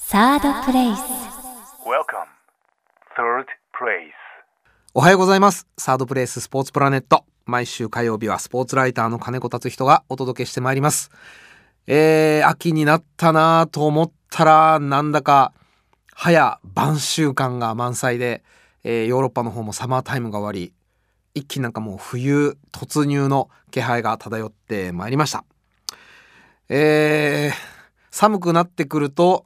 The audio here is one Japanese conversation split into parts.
サードプレイス。 Welcome, third place. おはようございます。サードプレイススポーツプラネット、毎週火曜日はスポーツライターの金子達人がお届けしてまいります。秋になったなと思ったらなんだか早晩秋感が満載で、ヨーロッパの方もサマータイムが終わり、一気になんかもう冬突入の気配が漂ってまいりました。寒くなってくると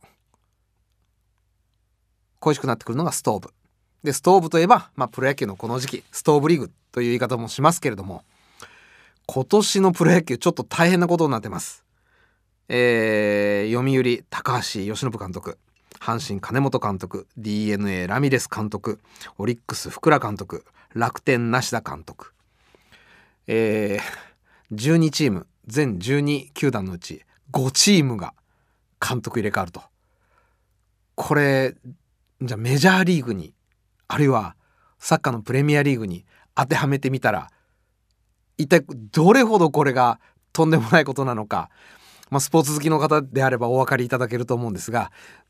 恋しくなってくるのがストーブで、ストーブといえば、プロ野球のこの時期ストーブリーグという言い方もしますけれども、今年のプロ野球ちょっと大変なことになってます。読売高橋由伸監督、阪神金本監督、 DNA ラミレス監督、オリックス福良監督、楽天梨田監督、12チーム全12球団のうち5チームが監督入れ替わると。これじゃあメジャーリーグに、あるいはサッカーのプレミアリーグに当てはめてみたら、一体どれほどこれがとんでもないことなのか、スポーツ好きの方であればお分かりいただけると思うんですが、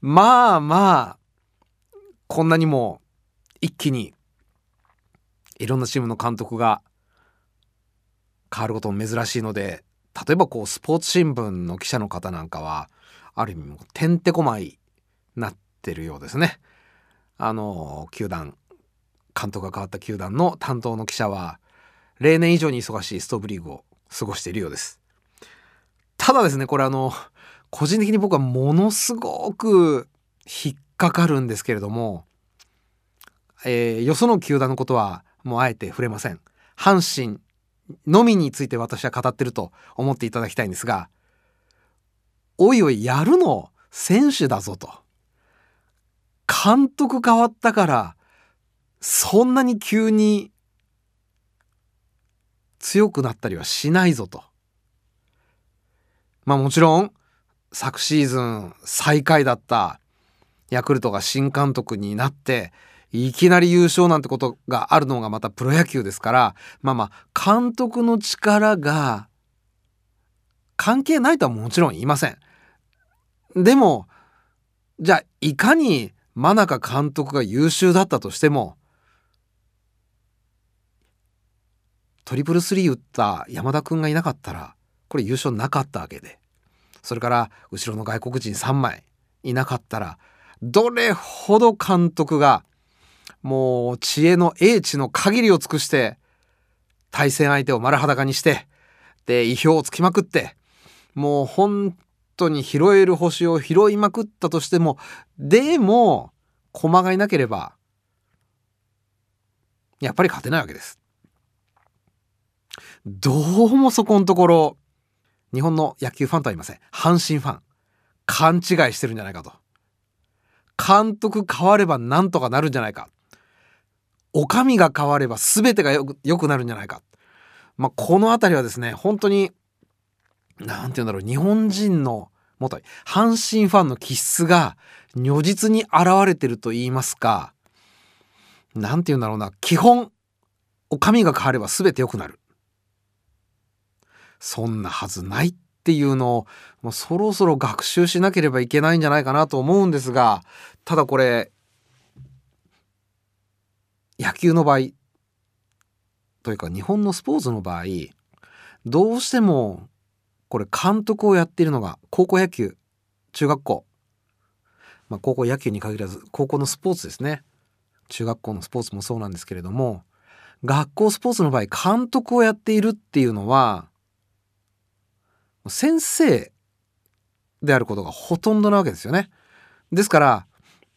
こんなにも一気にいろんなチームの監督が変わることも珍しいので、例えばスポーツ新聞の記者の方なんかはある意味もうてんてこまいになってるようですね。球団監督が変わった球団の担当の記者は例年以上に忙しいストーブリーグを過ごしているようです。ただですね、これ個人的に僕はものすごく引っかかるんですけれども、よその球団のことはもうあえて触れません。阪神のみについて私は語ってると思っていただきたいんですが、おいおいやるの選手だぞと。監督変わったからそんなに急に強くなったりはしないぞと。もちろん昨シーズン最下位だったヤクルトが新監督になっていきなり優勝なんてことがあるのがまたプロ野球ですから、監督の力が関係ないとはもちろん言いません。でもじゃあいかに真中監督が優秀だったとしても、トリプルスリー打った山田くんがいなかったらこれ優勝なかったわけで、それから後ろの外国人3枚いなかったら、どれほど監督がもう知恵の英知の限りを尽くして対戦相手を丸裸にして、で意表をつきまくって、もう本当に拾える星を拾いまくったとしても、でも駒がいなければやっぱり勝てないわけです。どうもそこのところ日本の野球ファンとは言いません、阪神ファン勘違いしてるんじゃないかと。監督変わればなんとかなるんじゃないか、お上が変われば全てが良くなるんじゃないか。このあたりはですね、本当に日本人の元阪神ファンの気質が如実に現れてると言いますか、基本お上が変われば全て良くなる、そんなはずないっていうのをもうそろそろ学習しなければいけないんじゃないかなと思うんですが、ただこれ野球の場合というか日本のスポーツの場合、どうしてもこれ監督をやっているのが高校野球、中学校、高校野球に限らず高校のスポーツですね、中学校のスポーツもそうなんですけれども、学校スポーツの場合監督をやっているっていうのは先生であることがほとんどなわけですよね。ですから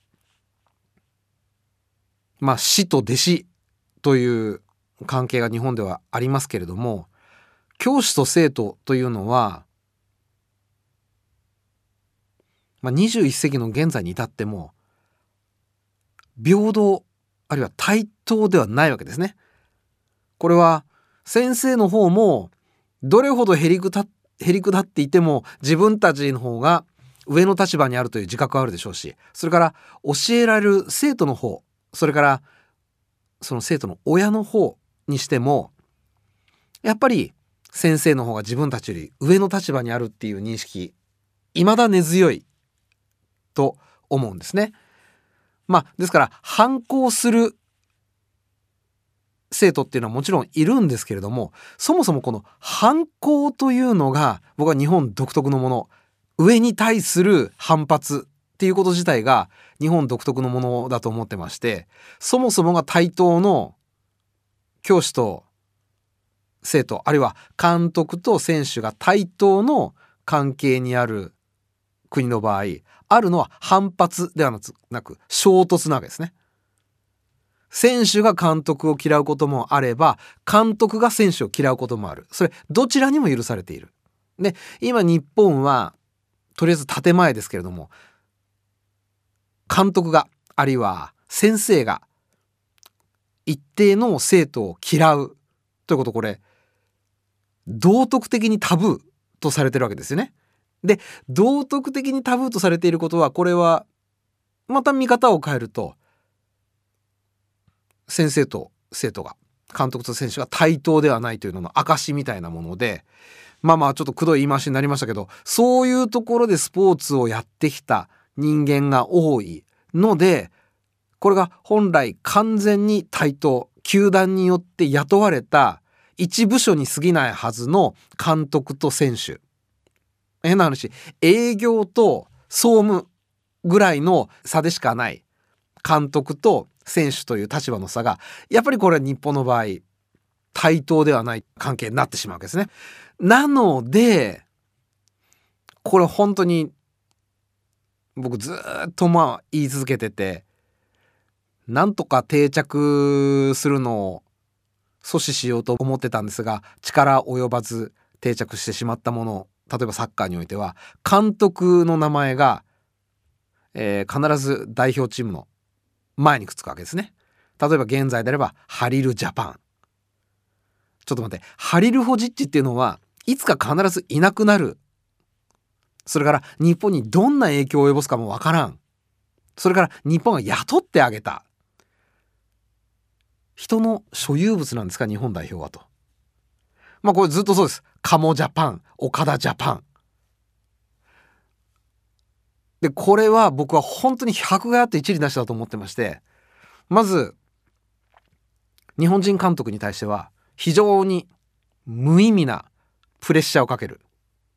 師と弟子という関係が日本ではありますけれども、教師と生徒というのは、21世紀の現在に至っても平等あるいは対等ではないわけですね。これは先生の方もどれほどへりくだっていても自分たちの方が上の立場にあるという自覚はあるでしょうし、それから教えられる生徒の方、それからその生徒の親の方にしてもやっぱり先生の方が自分たちより上の立場にあるっていう認識、未だ根強いと思うんですね。ですから反抗する生徒っていうのはもちろんいるんですけれども、そもそもこの反抗というのが僕は日本独特のもの、上に対する反発っていうこと自体が日本独特のものだと思ってまして、そもそもが対等の教師と生徒、あるいは監督と選手が対等の関係にある国の場合、あるのは反発ではなく衝突なわけですね。選手が監督を嫌うこともあれば、監督が選手を嫌うこともある。それどちらにも許されている。で、今日本はとりあえず建前ですけれども、監督があるいは先生が一定の生徒を嫌うということ、これ道徳的にタブーとされてるわけですよね。で、道徳的にタブーとされていることは、これはまた見方を変えると、先生と生徒が、監督と選手が対等ではないというのの証みたいなもので、ちょっとくどい言い回しになりましたけど、そういうところでスポーツをやってきた人間が多いので、これが本来完全に対等、球団によって雇われた一部署に過ぎないはずの監督と選手、変な話、営業と総務ぐらいの差でしかない監督と選手という立場の差が、やっぱりこれは日本の場合対等ではない関係になってしまうわけですね。なのでこれ本当に僕ずっと言い続けてて、なんとか定着するのを阻止しようと思ってたんですが、力及ばず定着してしまったもの、例えばサッカーにおいては監督の名前が、必ず代表チームの前にくっつくわけですね。例えば現在であればハリルジャパン。ちょっと待って、ハリルホジッチっていうのはいつか必ずいなくなる。それから日本にどんな影響を及ぼすかもわからん。それから日本が雇ってあげた人の所有物なんですか、日本代表はと。これずっとそうです。カモジャパン、岡田ジャパンで、これは僕は本当に百害あって一理なしだと思ってまして、まず日本人監督に対しては非常に無意味なプレッシャーをかける。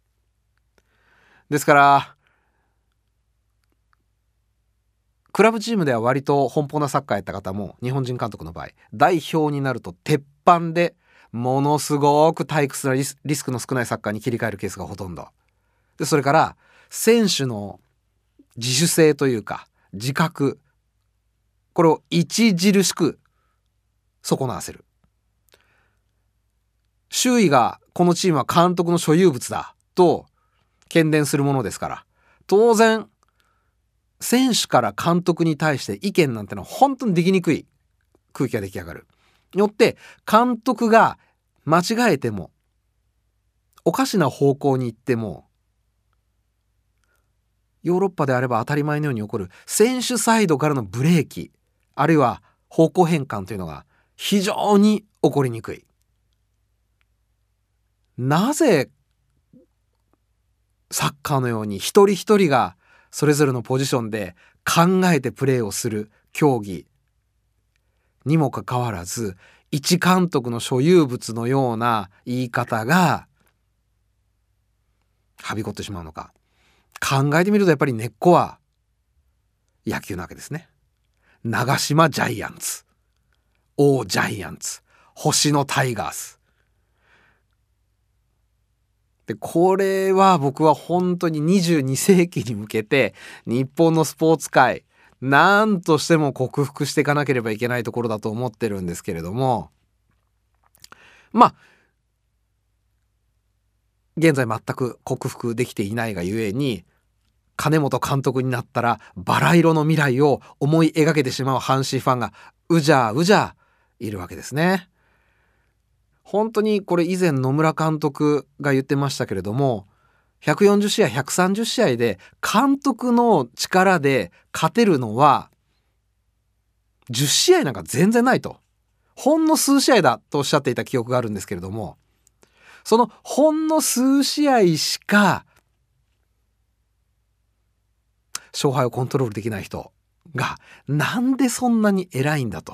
ですからクラブチームでは割と奔放なサッカーやった方も、日本人監督の場合代表になると鉄板でものすごく退屈なリスクの少ないサッカーに切り替えるケースがほとんどで、それから選手の自主性というか自覚、これを著しく損なわせる。周囲がこのチームは監督の所有物だと喧伝するものですから、当然選手から監督に対して意見なんてのは本当にできにくい空気が出来上がる。よって監督が間違えてもおかしな方向に行っても、ヨーロッパであれば当たり前のように起こる選手サイドからのブレーキ、あるいは方向変換というのが非常に起こりにくい。なぜサッカーのように一人一人がそれぞれのポジションで考えてプレーをする競技にもかかわらず、一監督の所有物のような言い方がはびこってしまうのか。考えてみるとやっぱり根っこは野球なわけですね。長島ジャイアンツ、王ジャイアンツ、星のタイガースで、これは僕は本当に22世紀に向けて日本のスポーツ界何としても克服していかなければいけないところだと思ってるんですけれども、現在全く克服できていないがゆえに、金本監督になったらバラ色の未来を思い描けてしまう阪神ファンがうじゃうじゃいるわけですね。本当にこれ以前野村監督が言ってましたけれども、140試合130試合で監督の力で勝てるのは10試合なんか全然ないと、ほんの数試合だとおっしゃっていた記憶があるんですけれども、そのほんの数試合しか勝敗をコントロールできない人がなんでそんなに偉いんだと。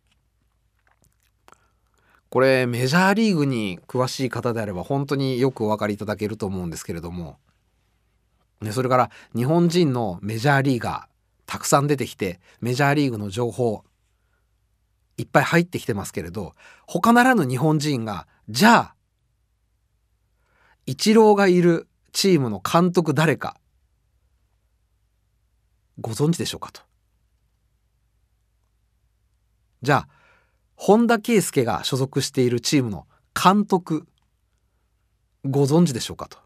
これメジャーリーグに詳しい方であれば本当によくお分かりいただけると思うんですけれども、それから日本人のメジャーリーガーたくさん出てきて、メジャーリーグの情報いっぱい入ってきてますけれど、他ならぬ日本人がじゃあイチローがいるチームの監督誰かご存知でしょうかと。じゃあ本田圭佑が所属しているチームの監督ご存知でしょうかと。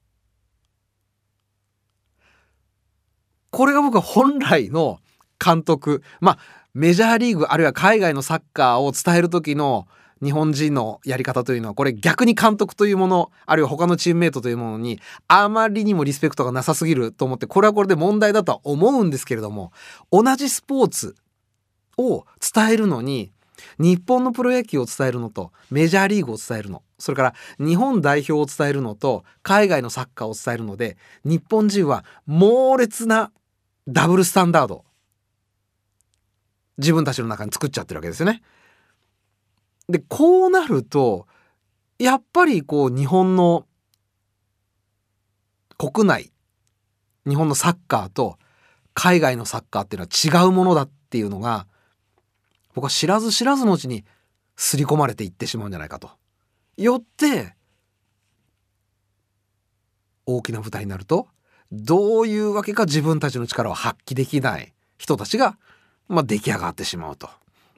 これが僕は本来の監督、メジャーリーグあるいは海外のサッカーを伝える時の日本人のやり方というのは、これ逆に監督というものあるいは他のチームメイトというものにあまりにもリスペクトがなさすぎると思って、これはこれで問題だとは思うんですけれども、同じスポーツを伝えるのに日本のプロ野球を伝えるのとメジャーリーグを伝えるの、それから日本代表を伝えるのと海外のサッカーを伝えるので、日本人は猛烈なダブルスタンダード自分たちの中に作っちゃってるわけですよね。でこうなるとやっぱり日本の国内、日本のサッカーと海外のサッカーっていうのは違うものだっていうのが、僕は知らず知らずのうちに刷り込まれていってしまうんじゃないかと。よって大きな舞台になるとどういうわけか自分たちの力を発揮できない人たちが、出来上がってしまうと。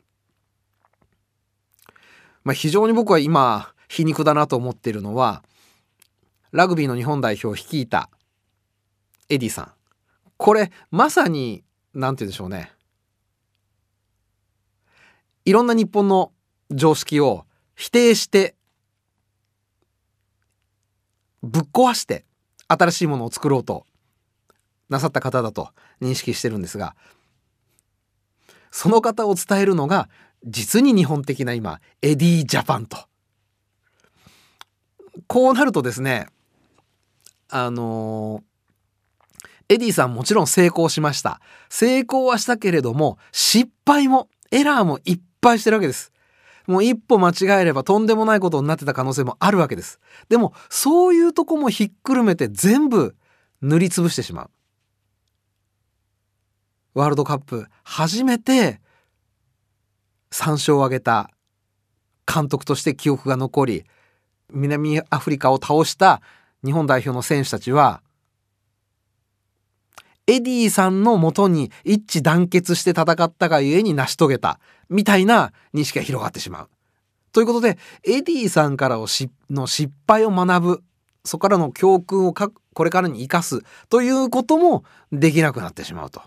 非常に僕は今皮肉だなと思っているのは、ラグビーの日本代表を率いたエディさん。これまさになんて言うんでしょうね、いろんな日本の常識を否定してぶっ壊して新しいものを作ろうとなさった方だと認識してるんですが、その方を伝えるのが実に日本的な今エディジャパンと。こうなるとですね、エディさんもちろん成功しました。成功はしたけれども失敗もエラーもいっぱいしてるわけです。もう一歩間違えればとんでもないことになってた可能性もあるわけです。でもそういうとこもひっくるめて全部塗りつぶしてしまう。ワールドカップ初めて3勝を挙げた監督として記憶が残り、南アフリカを倒した日本代表の選手たちはエディさんのもとに一致団結して戦ったがゆえに成し遂げたみたいな認識が広がってしまうということで、エディさんからの失敗を学ぶ、そこからの教訓をこれからに生かすということもできなくなってしまうと。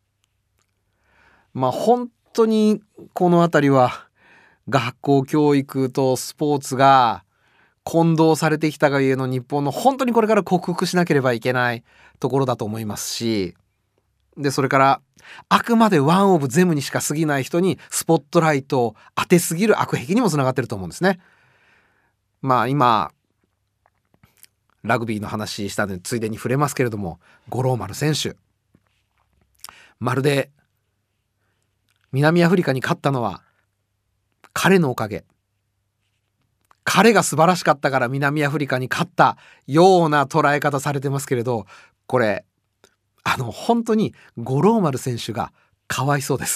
本当にこのあたりは学校教育とスポーツが混同されてきたがゆえの日本の本当にこれから克服しなければいけないところだと思いますし、でそれからあくまでワンオブゼムにしか過ぎない人にスポットライトを当てすぎる悪癖にもつながってると思うんですね。今ラグビーの話したのでついでに触れますけれども、五郎丸選手、まるで南アフリカに勝ったのは彼のおかげ、彼が素晴らしかったから南アフリカに勝ったような捉え方されてますけれど、これ本当に五郎丸選手がかわいそうです。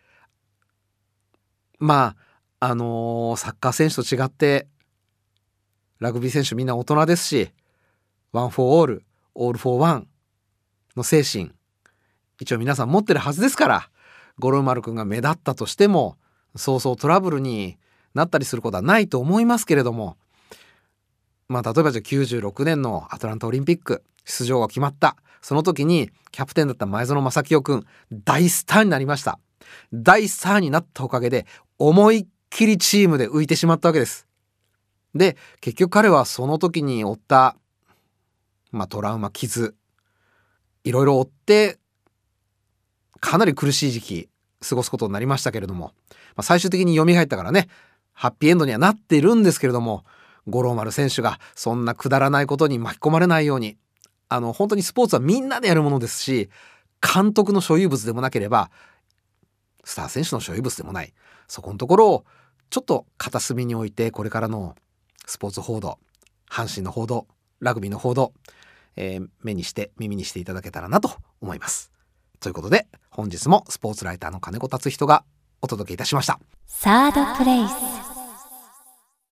サッカー選手と違ってラグビー選手みんな大人ですし、ワンフォーオール、オールフォーワンの精神一応皆さん持ってるはずですから、五郎丸くんが目立ったとしてもそうそうトラブルになったりすることはないと思いますけれども、例えば96年のアトランタオリンピック出場が決まった、その時にキャプテンだった前園真聖くん大スターになりました。大スターになったおかげで思いっきりチームで浮いてしまったわけです。で結局彼はその時に負った、トラウマ、傷いろいろ負ってかなり苦しい時期過ごすことになりましたけれども、最終的に蘇ったからねハッピーエンドにはなっているんですけれども、五郎丸選手がそんなくだらないことに巻き込まれないように本当にスポーツはみんなでやるものですし、監督の所有物でもなければスター選手の所有物でもない、そこのところをちょっと片隅に置いて、これからのスポーツ報道、阪神の報道、ラグビーの報道、目にして耳にしていただけたらなと思います。ということで本日もスポーツライターの金子達人がお届けいたしました。 サードプレイス。